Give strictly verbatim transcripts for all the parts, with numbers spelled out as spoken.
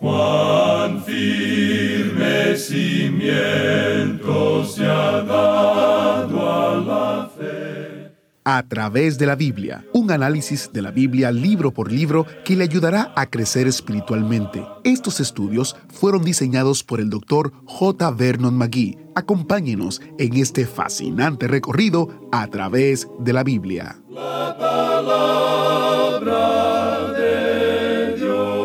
Cuán firme cimiento se ha dado a la fe. A través de la Biblia, un análisis de la Biblia libro por libro que le ayudará a crecer espiritualmente. Estos estudios fueron diseñados por el doctor J. Vernon McGee. Acompáñenos en este fascinante recorrido a través de la Biblia. La palabra de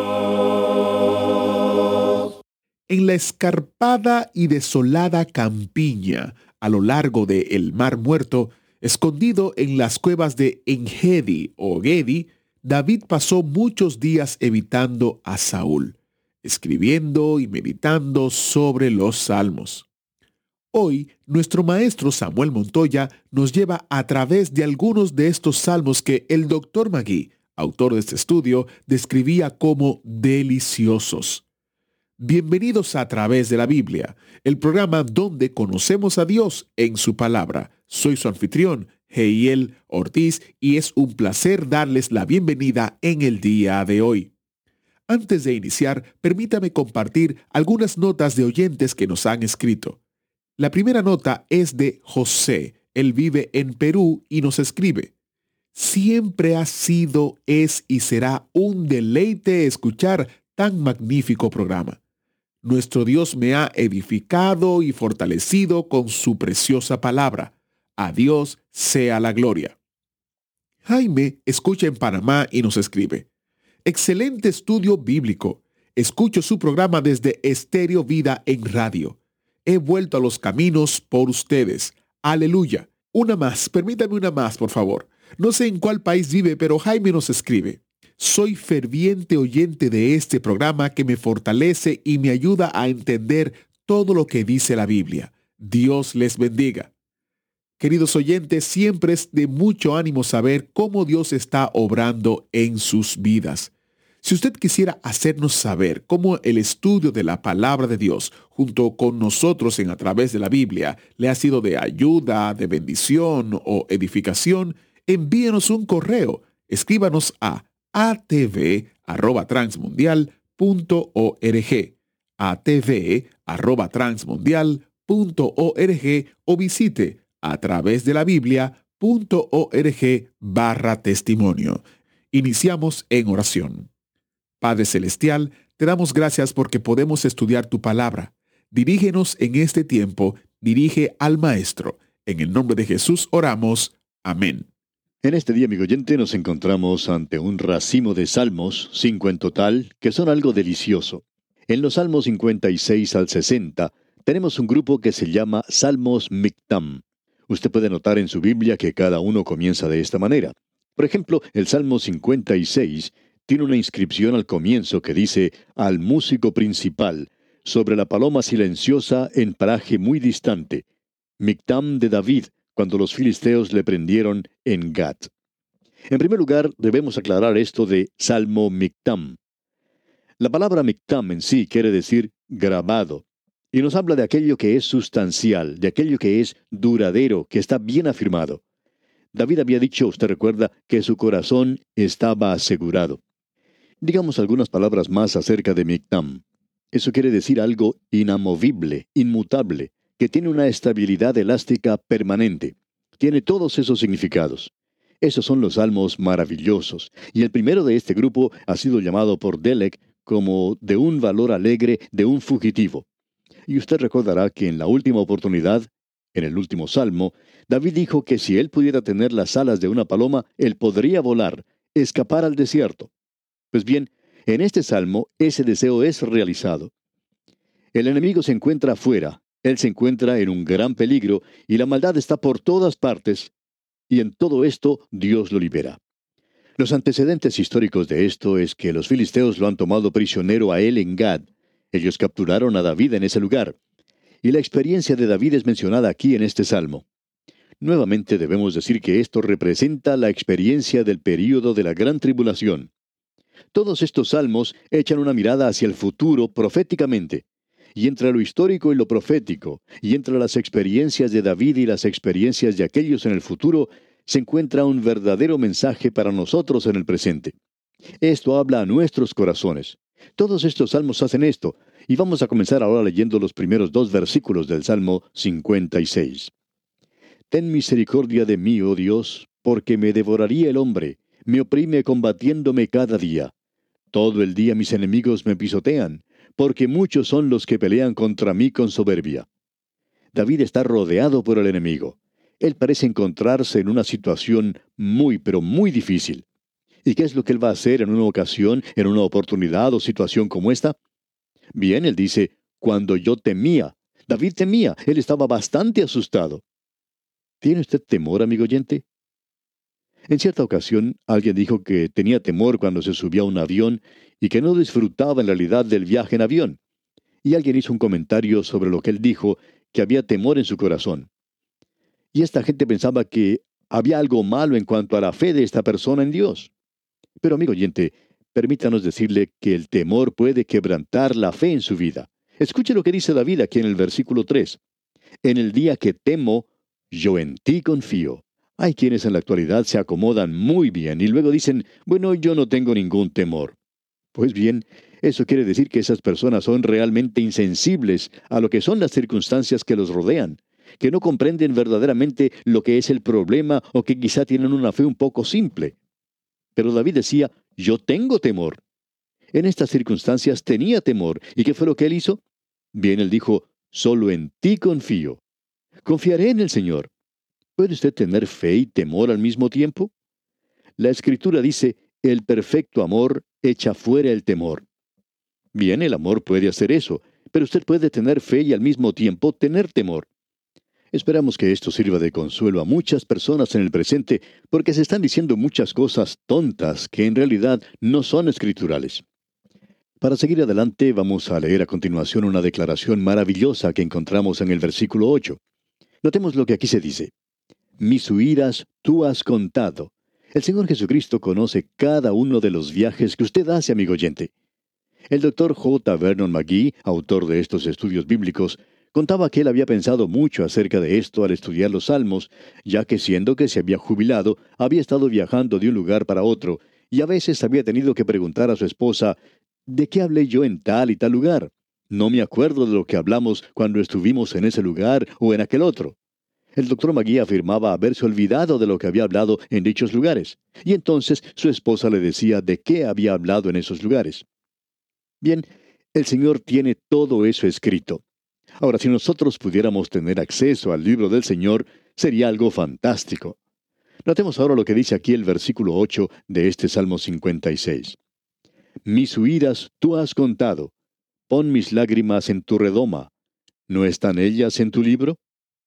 Dios. En la escarpada y desolada campiña, a lo largo de el Mar Muerto, escondido en las cuevas de Engedi o Gedi, David pasó muchos días evitando a Saúl, escribiendo y meditando sobre los salmos. Hoy, nuestro maestro Samuel Montoya nos lleva a través de algunos de estos salmos que el doctor McGee, autor de este estudio, describía como deliciosos. Bienvenidos a Través de la Biblia, el programa donde conocemos a Dios en su palabra. Soy su anfitrión, Heiel Ortiz, y es un placer darles la bienvenida en el día de hoy. Antes de iniciar, permítame compartir algunas notas de oyentes que nos han escrito. La primera nota es de José. Él vive en Perú y nos escribe: siempre ha sido, es y será un deleite escuchar tan magnífico programa. Nuestro Dios me ha edificado y fortalecido con su preciosa palabra. A Dios sea la gloria. Jaime escucha en Panamá y nos escribe: excelente estudio bíblico. Escucho su programa desde Estéreo Vida en radio. He vuelto a los caminos por ustedes. Aleluya. Una más, permítame una más, por favor. No sé en cuál país vive, pero Jaime nos escribe: soy ferviente oyente de este programa que me fortalece y me ayuda a entender todo lo que dice la Biblia. Dios les bendiga. Queridos oyentes, siempre es de mucho ánimo saber cómo Dios está obrando en sus vidas. Si usted quisiera hacernos saber cómo el estudio de la palabra de Dios junto con nosotros en A Través de la Biblia le ha sido de ayuda, de bendición o edificación, envíenos un correo. Escríbanos a a t v arroba transmundial punto org, a t v arroba transmundial punto org o visite a través de la biblia punto org barra testimonio. Iniciamos en oración. Padre Celestial, te damos gracias porque podemos estudiar tu palabra. Dirígenos en este tiempo, dirige al Maestro. En el nombre de Jesús oramos. Amén. En este día, amigo oyente, nos encontramos ante un racimo de salmos, cinco en total, que son algo delicioso. En los salmos cincuenta y seis al sesenta, tenemos un grupo que se llama Salmos Mictam. Usted puede notar en su Biblia que cada uno comienza de esta manera. Por ejemplo, el Salmo cincuenta y seis tiene una inscripción al comienzo que dice: al músico principal, sobre la paloma silenciosa en paraje muy distante. Mictam de David, cuando los filisteos le prendieron en Gat. En primer lugar, debemos aclarar esto de Salmo Mictam. La palabra Mictam en sí quiere decir grabado, y nos habla de aquello que es sustancial, de aquello que es duradero, que está bien afirmado. David había dicho, usted recuerda, que su corazón estaba asegurado. Digamos algunas palabras más acerca de Mictam. Eso quiere decir algo inamovible, inmutable, que tiene una estabilidad elástica permanente. Tiene todos esos significados. Esos son los salmos maravillosos, y el primero de este grupo ha sido llamado por Dellek como de un valor alegre de un fugitivo. Y usted recordará que en la última oportunidad, en el último salmo, David dijo que si él pudiera tener las alas de una paloma, él podría volar, escapar al desierto. Pues bien, en este salmo, ese deseo es realizado. El enemigo se encuentra afuera. Él se encuentra en un gran peligro y la maldad está por todas partes, y en todo esto Dios lo libera. Los antecedentes históricos de esto es que los filisteos lo han tomado prisionero a él en Gad. Ellos capturaron a David en ese lugar. Y la experiencia de David es mencionada aquí en este salmo. Nuevamente debemos decir que esto representa la experiencia del período de la gran tribulación. Todos estos salmos echan una mirada hacia el futuro proféticamente. Y entre lo histórico y lo profético, y entre las experiencias de David y las experiencias de aquellos en el futuro, se encuentra un verdadero mensaje para nosotros en el presente. Esto habla a nuestros corazones. Todos estos salmos hacen esto, y vamos a comenzar ahora leyendo los primeros dos versículos del Salmo cincuenta y seis. Ten misericordia de mí, oh Dios, porque me devoraría el hombre, me oprime combatiéndome cada día. Todo el día mis enemigos me pisotean, porque muchos son los que pelean contra mí con soberbia. David está rodeado por el enemigo. Él parece encontrarse en una situación muy, pero muy difícil. ¿Y qué es lo que él va a hacer en una ocasión, en una oportunidad o situación como esta? Bien, él dice, cuando yo temía. David temía, él estaba bastante asustado. ¿Tiene usted temor, amigo oyente? En cierta ocasión, alguien dijo que tenía temor cuando se subía a un avión y que no disfrutaba en realidad del viaje en avión. Y alguien hizo un comentario sobre lo que él dijo, que había temor en su corazón. Y esta gente pensaba que había algo malo en cuanto a la fe de esta persona en Dios. Pero, amigo oyente, permítanos decirle que el temor puede quebrantar la fe en su vida. Escuche lo que dice David aquí en el versículo tres. En el día que temo, yo en ti confío. Hay quienes en la actualidad se acomodan muy bien y luego dicen, bueno, yo no tengo ningún temor. Pues bien, eso quiere decir que esas personas son realmente insensibles a lo que son las circunstancias que los rodean, que no comprenden verdaderamente lo que es el problema o que quizá tienen una fe un poco simple. Pero David decía, yo tengo temor. En estas circunstancias tenía temor. ¿Y qué fue lo que él hizo? Bien, él dijo, solo en ti confío. Confiaré en el Señor. ¿Puede usted tener fe y temor al mismo tiempo? La Escritura dice, el perfecto amor echa fuera el temor. Bien, el amor puede hacer eso, pero usted puede tener fe y al mismo tiempo tener temor. Esperamos que esto sirva de consuelo a muchas personas en el presente, porque se están diciendo muchas cosas tontas que en realidad no son escriturales. Para seguir adelante, vamos a leer a continuación una declaración maravillosa que encontramos en el versículo ocho. Notemos lo que aquí se dice. Mis huidas tú has contado. El Señor Jesucristo conoce cada uno de los viajes que usted hace, amigo oyente. El doctor J. Vernon McGee, autor de estos estudios bíblicos, contaba que él había pensado mucho acerca de esto al estudiar los Salmos, ya que siendo que se había jubilado, había estado viajando de un lugar para otro, y a veces había tenido que preguntar a su esposa, ¿de qué hablé yo en tal y tal lugar? No me acuerdo de lo que hablamos cuando estuvimos en ese lugar o en aquel otro. El doctor McGee afirmaba haberse olvidado de lo que había hablado en dichos lugares, y entonces su esposa le decía de qué había hablado en esos lugares. Bien, el Señor tiene todo eso escrito. Ahora, si nosotros pudiéramos tener acceso al libro del Señor, sería algo fantástico. Notemos ahora lo que dice aquí el versículo ocho de este Salmo cincuenta y seis. Mis huidas tú has contado. Pon mis lágrimas en tu redoma. ¿No están ellas en tu libro?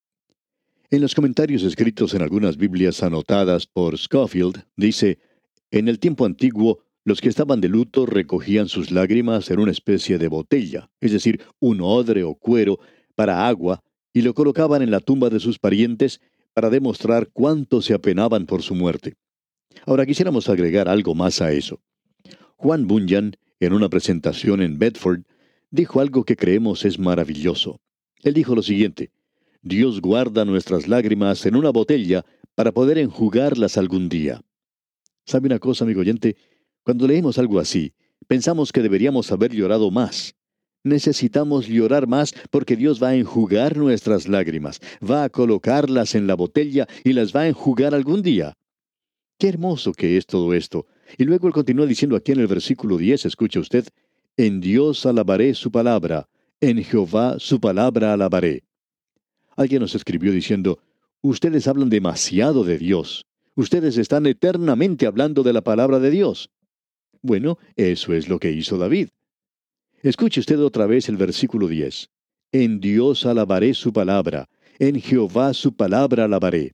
En los comentarios escritos en algunas Biblias anotadas por Scofield, dice, en el tiempo antiguo, los que estaban de luto recogían sus lágrimas en una especie de botella, es decir, un odre o cuero, para agua, y lo colocaban en la tumba de sus parientes para demostrar cuánto se apenaban por su muerte. Ahora quisiéramos agregar algo más a eso. Juan Bunyan, en una presentación en Bedford, dijo algo que creemos es maravilloso. Él dijo lo siguiente, Dios guarda nuestras lágrimas en una botella para poder enjugarlas algún día. ¿Sabe una cosa, amigo oyente? Cuando leemos algo así, pensamos que deberíamos haber llorado más. Necesitamos llorar más porque Dios va a enjugar nuestras lágrimas, va a colocarlas en la botella y las va a enjugar algún día. Qué hermoso que es todo esto. Y luego él continúa diciendo aquí en el versículo diez, escuche usted, en Dios alabaré su palabra, en Jehová su palabra alabaré. Alguien nos escribió diciendo, ustedes hablan demasiado de Dios. Ustedes están eternamente hablando de la palabra de Dios. Bueno, eso es lo que hizo David. Escuche usted otra vez el versículo diez. En Dios alabaré su palabra, en Jehová su palabra alabaré.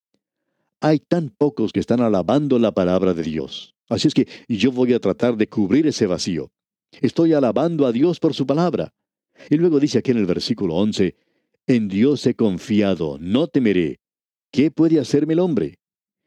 Hay tan pocos que están alabando la palabra de Dios. Así es que yo voy a tratar de cubrir ese vacío. Estoy alabando a Dios por su palabra. Y luego dice aquí en el versículo once, en Dios he confiado, no temeré. ¿Qué puede hacerme el hombre?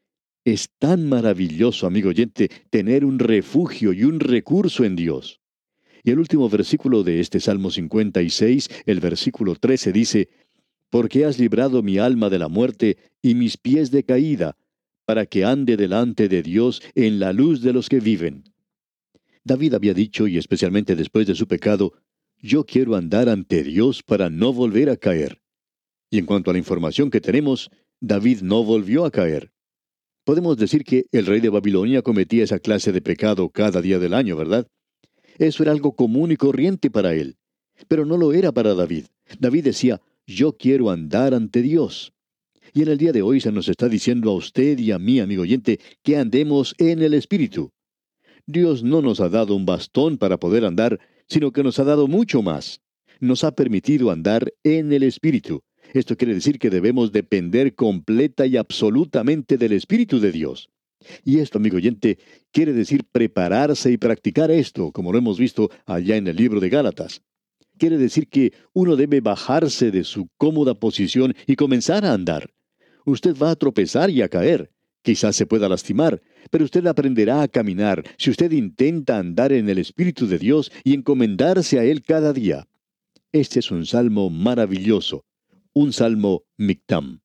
Es tan maravilloso, amigo oyente, tener un refugio y un recurso en Dios. Y el último versículo de este Salmo cincuenta y seis, el versículo trece, dice, porque has librado mi alma de la muerte y mis pies de caída, para que ande delante de Dios en la luz de los que viven. David había dicho, y especialmente después de su pecado, yo quiero andar ante Dios para no volver a caer. Y en cuanto a la información que tenemos, David no volvió a caer. Podemos decir que el rey de Babilonia cometía esa clase de pecado cada día del año, ¿verdad? Eso era algo común y corriente para él. Pero no lo era para David. David decía, yo quiero andar ante Dios. Y en el día de hoy se nos está diciendo a usted y a mí, amigo oyente, que andemos en el Espíritu. Dios no nos ha dado un bastón para poder andar, sino que nos ha dado mucho más. Nos ha permitido andar en el Espíritu. Esto quiere decir que debemos depender completa y absolutamente del Espíritu de Dios. Y esto, amigo oyente, quiere decir prepararse y practicar esto, como lo hemos visto allá en el libro de Gálatas. Quiere decir que uno debe bajarse de su cómoda posición y comenzar a andar. Usted va a tropezar y a caer. Quizás se pueda lastimar, pero usted aprenderá a caminar si usted intenta andar en el Espíritu de Dios y encomendarse a Él cada día. Este es un salmo maravilloso, un salmo Mictam.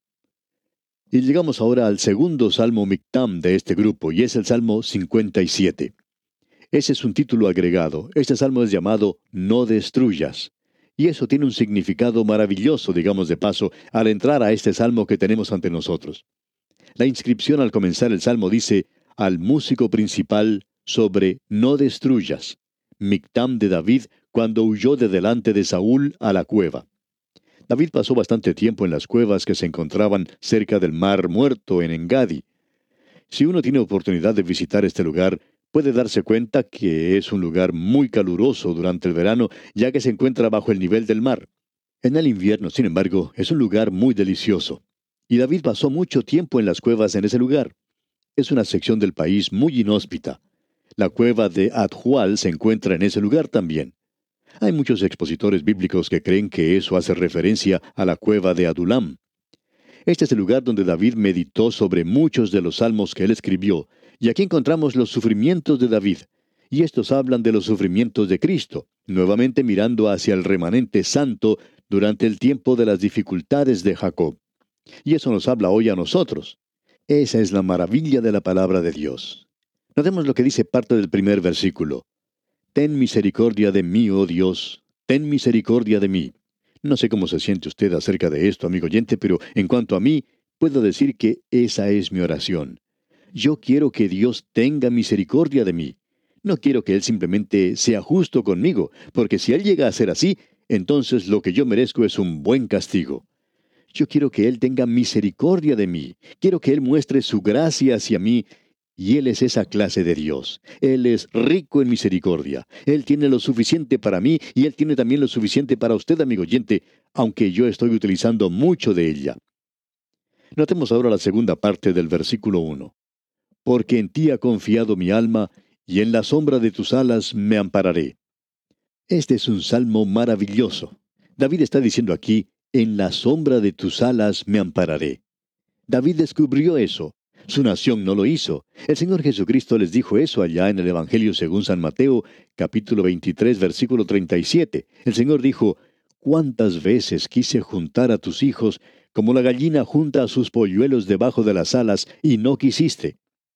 Y llegamos ahora al segundo salmo Mictam de este grupo, y es el salmo cincuenta y siete. Ese es un título agregado. Este salmo es llamado No destruyas. Y eso tiene un significado maravilloso, digamos de paso, al entrar a este salmo que tenemos ante nosotros. La inscripción al comenzar el salmo dice, al músico principal sobre no destruyas. Mictam de David cuando huyó de delante de Saúl a la cueva. David pasó bastante tiempo en las cuevas que se encontraban cerca del Mar Muerto en Engadi. Si uno tiene oportunidad de visitar este lugar, puede darse cuenta que es un lugar muy caluroso durante el verano, ya que se encuentra bajo el nivel del mar. En el invierno, sin embargo, es un lugar muy delicioso. Y David pasó mucho tiempo en las cuevas en ese lugar. Es una sección del país muy inhóspita. La cueva de Adjual se encuentra en ese lugar también. Hay muchos expositores bíblicos que creen que eso hace referencia a la cueva de Adulam. Este es el lugar donde David meditó sobre muchos de los salmos que él escribió, y aquí encontramos los sufrimientos de David. Y estos hablan de los sufrimientos de Cristo, nuevamente mirando hacia el remanente santo durante el tiempo de las dificultades de Jacob. Y eso nos habla hoy a nosotros. Esa es la maravilla de la palabra de Dios. Notemos lo que dice parte del primer versículo. Ten misericordia de mí, oh Dios, ten misericordia de mí. No sé cómo se siente usted acerca de esto, amigo oyente, pero en cuanto a mí, puedo decir que esa es mi oración. Yo quiero que Dios tenga misericordia de mí. No quiero que Él simplemente sea justo conmigo, porque si Él llega a ser así, entonces lo que yo merezco es un buen castigo. Yo quiero que Él tenga misericordia de mí. Quiero que Él muestre su gracia hacia mí. Y Él es esa clase de Dios. Él es rico en misericordia. Él tiene lo suficiente para mí y Él tiene también lo suficiente para usted, amigo oyente, aunque yo estoy utilizando mucho de ella. Notemos ahora la segunda parte del versículo uno. Porque en ti ha confiado mi alma, y en la sombra de tus alas me ampararé. Este es un salmo maravilloso. David está diciendo aquí, en la sombra de tus alas me ampararé. David descubrió eso. Su nación no lo hizo. El Señor Jesucristo les dijo eso allá en el Evangelio según San Mateo, capítulo veintitrés, versículo treinta y siete. El Señor dijo, «¿Cuántas veces quise juntar a tus hijos, como la gallina junta a sus polluelos debajo de las alas, y no quisiste?»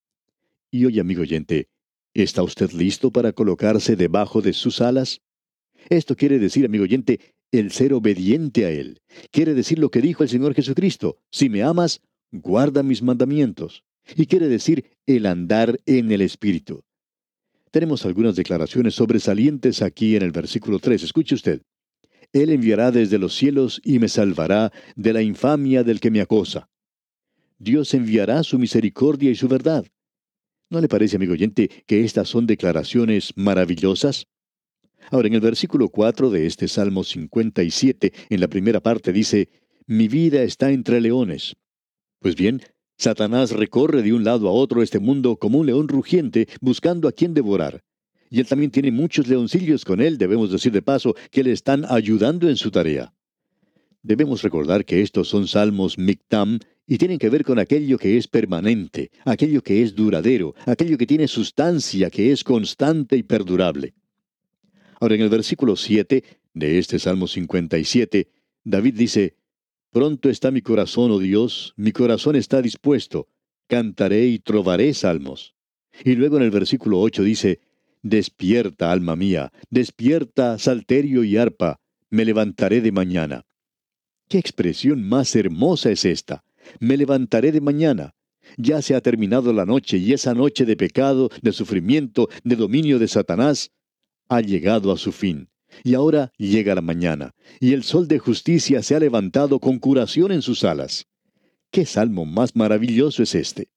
Y oye, amigo oyente, ¿está usted listo para colocarse debajo de sus alas? Esto quiere decir, amigo oyente, el ser obediente a Él. Quiere decir lo que dijo el Señor Jesucristo, si me amas, guarda mis mandamientos. Y quiere decir el andar en el Espíritu. Tenemos algunas declaraciones sobresalientes aquí en el versículo tres. Escuche usted. Él enviará desde los cielos y me salvará de la infamia del que me acosa. Dios enviará su misericordia y su verdad. ¿No le parece, amigo oyente, que estas son declaraciones maravillosas? Ahora, en el versículo cuatro de este Salmo cincuenta y siete, en la primera parte dice, «Mi vida está entre leones». Pues bien, Satanás recorre de un lado a otro este mundo como un león rugiente, buscando a quien devorar. Y él también tiene muchos leoncillos con él, debemos decir de paso, que le están ayudando en su tarea. Debemos recordar que estos son salmos Mictam y tienen que ver con aquello que es permanente, aquello que es duradero, aquello que tiene sustancia, que es constante y perdurable. Ahora, en el versículo siete de este Salmo cincuenta y siete, David dice, «Pronto está mi corazón, oh Dios, mi corazón está dispuesto, cantaré y trovaré salmos». Y luego en el versículo ocho dice, Despierta, alma mía, despierta, salterio y arpa, me levantaré de mañana. ¿Qué expresión más hermosa es esta? Me levantaré de mañana. Ya se ha terminado la noche, y esa noche de pecado, de sufrimiento, de dominio de Satanás, ha llegado a su fin. Y ahora llega la mañana, y el sol de justicia se ha levantado con curación en sus alas. ¿Qué salmo más maravilloso es este?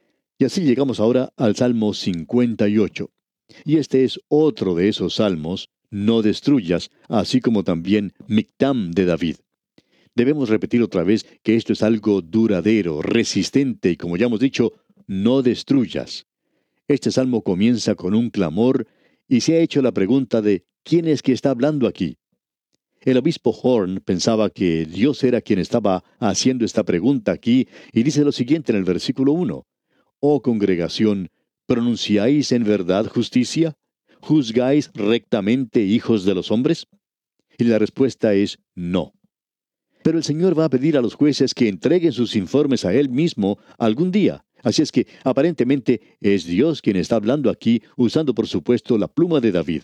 Y así llegamos ahora al Salmo cincuenta y ocho. Y este es otro de esos salmos, no destruyas, así como también Mictam de David. Debemos repetir otra vez que esto es algo duradero, resistente, y como ya hemos dicho, no destruyas. Este salmo comienza con un clamor, y se ha hecho la pregunta de ¿quién es que está hablando aquí? El obispo Horn pensaba que Dios era quien estaba haciendo esta pregunta aquí, y dice lo siguiente en el versículo uno. Oh congregación, ¿pronunciáis en verdad justicia? ¿Juzgáis rectamente, hijos de los hombres? Y la respuesta es no. Pero el Señor va a pedir a los jueces que entreguen sus informes a Él mismo algún día. Así es que, aparentemente, es Dios quien está hablando aquí, usando por supuesto la pluma de David.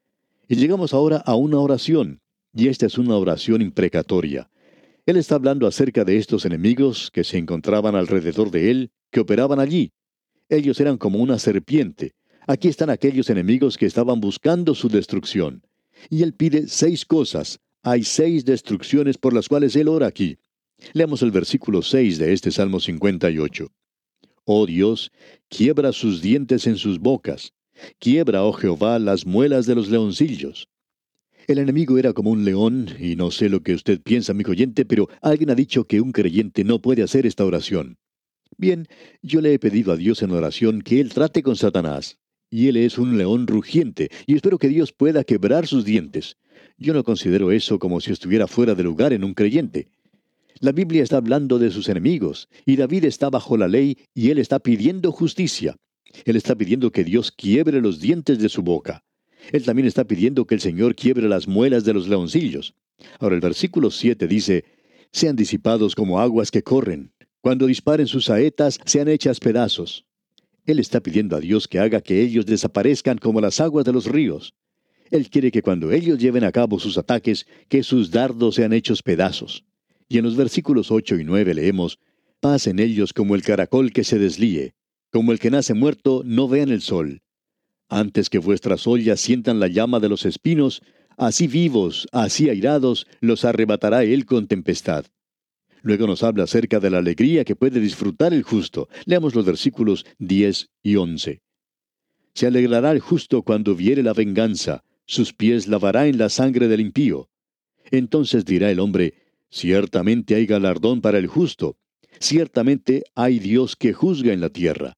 Y llegamos ahora a una oración, y esta es una oración imprecatoria. Él está hablando acerca de estos enemigos que se encontraban alrededor de él, que operaban allí. Ellos eran como una serpiente. Aquí están aquellos enemigos que estaban buscando su destrucción. Y él pide seis cosas. Hay seis destrucciones por las cuales él ora aquí. Leamos el versículo seis de este Salmo cincuenta y ocho. Oh Dios, quiebra sus dientes en sus bocas. Quiebra, oh Jehová, las muelas de los leoncillos. El enemigo era como un león, y no sé lo que usted piensa, amigo oyente, pero alguien ha dicho que un creyente no puede hacer esta oración. Bien, yo le he pedido a Dios en oración que Él trate con Satanás. Y Él es un león rugiente, y espero que Dios pueda quebrar sus dientes. Yo no considero eso como si estuviera fuera de lugar en un creyente. La Biblia está hablando de sus enemigos, y David está bajo la ley, y él está pidiendo justicia. Él está pidiendo que Dios quiebre los dientes de su boca. Él también está pidiendo que el Señor quiebre las muelas de los leoncillos. Ahora el versículo siete dice, sean disipados como aguas que corren. Cuando disparen sus saetas, sean hechas pedazos. Él está pidiendo a Dios que haga que ellos desaparezcan como las aguas de los ríos. Él quiere que cuando ellos lleven a cabo sus ataques, que sus dardos sean hechos pedazos. Y en los versículos ocho y nueve leemos, pasen ellos como el caracol que se deslíe, como el que nace muerto, no vean el sol. Antes que vuestras ollas sientan la llama de los espinos, así vivos, así airados, los arrebatará él con tempestad. Luego nos habla acerca de la alegría que puede disfrutar el justo. Leamos los versículos diez y once. Se alegrará el justo cuando viere la venganza, sus pies lavará en la sangre del impío. Entonces dirá el hombre, ciertamente hay galardón para el justo, ciertamente hay Dios que juzga en la tierra.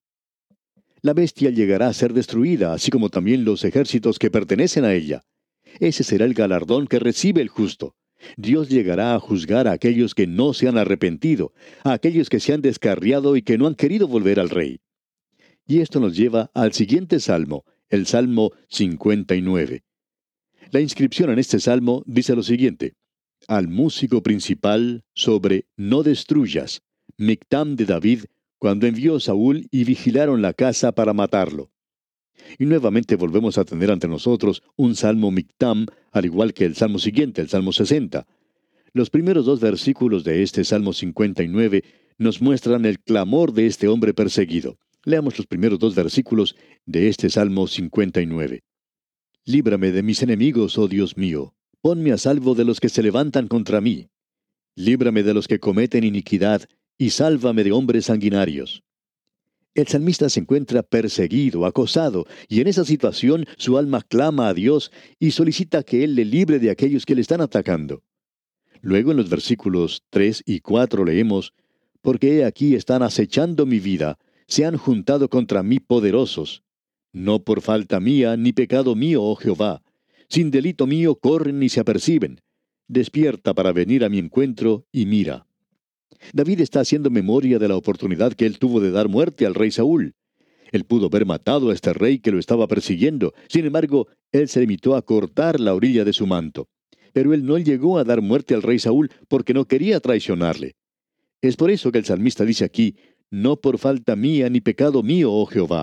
La bestia llegará a ser destruida, así como también los ejércitos que pertenecen a ella. Ese será el galardón que recibe el justo. Dios llegará a juzgar a aquellos que no se han arrepentido, a aquellos que se han descarriado y que no han querido volver al Rey. Y esto nos lleva al siguiente salmo, el Salmo cincuenta y nueve. La inscripción en este salmo dice lo siguiente: al músico principal sobre no destruyas, Mictam de David, cuando envió Saúl y vigilaron la casa para matarlo. Y nuevamente volvemos a tener ante nosotros un salmo Mictam, al igual que el salmo siguiente, el salmo sesenta. Los primeros dos versículos de este salmo cincuenta y nueve nos muestran el clamor de este hombre perseguido. Leamos los primeros dos versículos de este salmo cincuenta y nueve. Líbrame de mis enemigos, oh Dios mío. Ponme a salvo de los que se levantan contra mí. Líbrame de los que cometen iniquidad, y sálvame de hombres sanguinarios. El salmista se encuentra perseguido, acosado, y en esa situación su alma clama a Dios y solicita que Él le libre de aquellos que le están atacando. Luego en los versículos tres y cuatro leemos, porque he aquí están acechando mi vida, se han juntado contra mí poderosos. No por falta mía ni pecado mío, oh Jehová. Sin delito mío corren y se aperciben. Despierta para venir a mi encuentro y mira. David está haciendo memoria de la oportunidad que él tuvo de dar muerte al rey Saúl. Él pudo haber matado a este rey que lo estaba persiguiendo. Sin embargo, él se limitó a cortar la orilla de su manto. Pero él no llegó a dar muerte al rey Saúl porque no quería traicionarle. Es por eso que el salmista dice aquí, no por falta mía ni pecado mío, oh Jehová.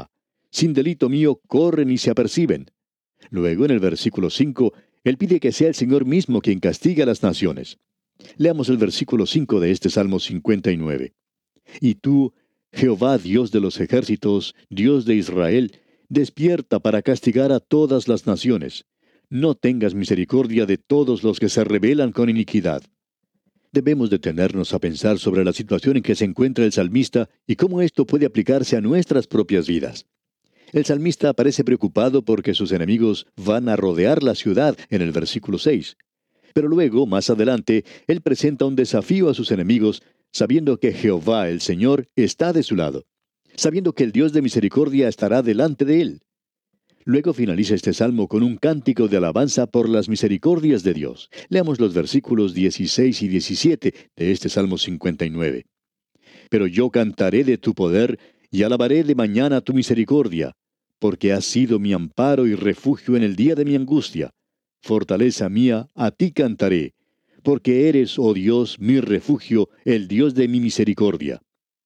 sin delito mío corren y se aperciben. Luego, en el versículo cinco, él pide que sea el Señor mismo quien castigue a las naciones. Leamos el versículo cinco de este Salmo cincuenta y nueve. Y tú, Jehová Dios de los ejércitos, Dios de Israel, despierta para castigar a todas las naciones. No tengas misericordia de todos los que se rebelan con iniquidad. Debemos detenernos a pensar sobre la situación en que se encuentra el salmista y cómo esto puede aplicarse a nuestras propias vidas. El salmista parece preocupado porque sus enemigos van a rodear la ciudad en el versículo seis. Pero luego, más adelante, él presenta un desafío a sus enemigos, sabiendo que Jehová, el Señor, está de su lado, sabiendo que el Dios de misericordia estará delante de él. Luego finaliza este salmo con un cántico de alabanza por las misericordias de Dios. Leamos los versículos dieciséis y diecisiete de este Salmo cincuenta y nueve. Pero yo cantaré de tu poder y alabaré de mañana tu misericordia, porque has sido mi amparo y refugio en el día de mi angustia. Fortaleza mía, a ti cantaré, porque eres, oh Dios, mi refugio, el Dios de mi misericordia.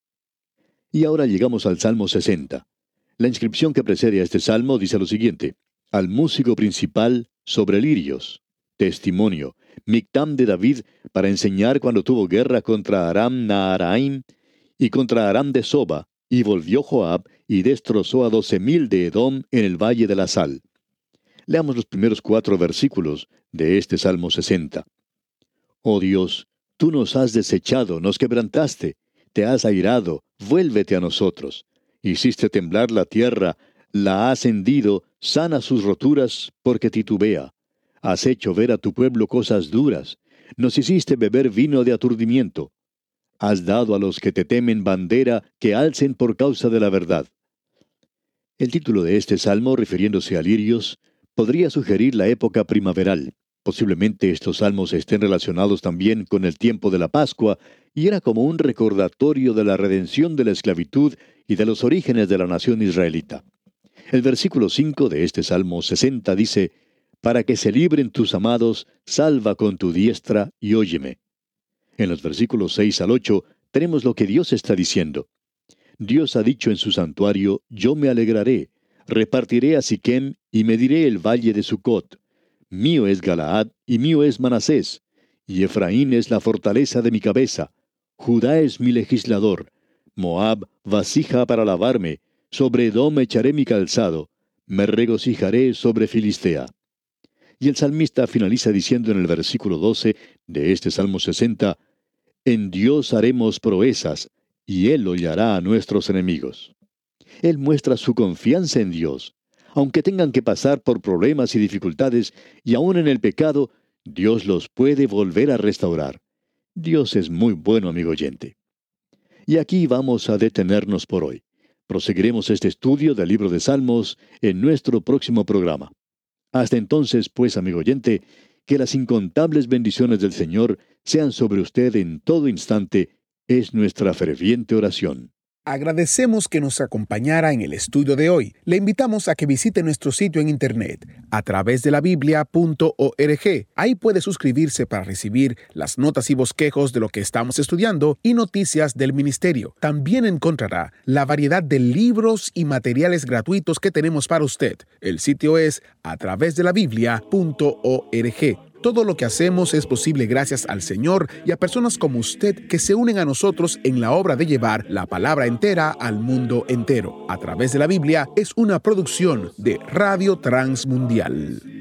Y ahora llegamos al Salmo sesenta. La inscripción que precede a este salmo dice lo siguiente: al músico principal sobre lirios. Testimonio. Mictam de David para enseñar cuando tuvo guerra contra Aram Naharaim y contra Aram de Soba, y volvió Joab y destrozó a doce mil de Edom en el valle de la sal. Leamos los primeros cuatro versículos de este Salmo sesenta. Oh Dios, tú nos has desechado, nos quebrantaste, te has airado, vuélvete a nosotros. Hiciste temblar la tierra, la has hendido, sana sus roturas, porque titubea. Has hecho ver a tu pueblo cosas duras, nos hiciste beber vino de aturdimiento. Has dado a los que te temen bandera que alcen por causa de la verdad. El título de este salmo, refiriéndose a lirios, podría sugerir la época primaveral. Posiblemente estos salmos estén relacionados también con el tiempo de la Pascua, y era como un recordatorio de la redención de la esclavitud y de los orígenes de la nación israelita. El versículo cinco de este Salmo sesenta dice: para que se libren tus amados, salva con tu diestra y óyeme. En los versículos seis al ocho tenemos lo que Dios está diciendo. Dios ha dicho en su santuario: yo me alegraré, repartiré a Siquem y mediré el valle de Sucot. Mío es Galaad y mío es Manasés, y Efraín es la fortaleza de mi cabeza. Judá es mi legislador. Moab, vasija para lavarme. Sobre Edom echaré mi calzado. Me regocijaré sobre Filistea. Y el salmista finaliza diciendo en el versículo doce de este Salmo sesenta: en Dios haremos proezas, y Él hollará a nuestros enemigos. Él muestra su confianza en Dios. Aunque tengan que pasar por problemas y dificultades, y aún en el pecado, Dios los puede volver a restaurar. Dios es muy bueno, amigo oyente. Y aquí vamos a detenernos por hoy. Proseguiremos este estudio del libro de Salmos en nuestro próximo programa. Hasta entonces, pues, amigo oyente, que las incontables bendiciones del Señor sean sobre usted en todo instante, es nuestra ferviente oración. Agradecemos que nos acompañara en el estudio de hoy. Le invitamos a que visite nuestro sitio en internet a través de la biblia punto org. Ahí puede suscribirse para recibir las notas y bosquejos de lo que estamos estudiando y noticias del ministerio. También encontrará la variedad de libros y materiales gratuitos que tenemos para usted. El sitio es a través de la biblia punto org. Todo lo que hacemos es posible gracias al Señor y a personas como usted que se unen a nosotros en la obra de llevar la palabra entera al mundo entero. A través de la Biblia es una producción de Radio Transmundial.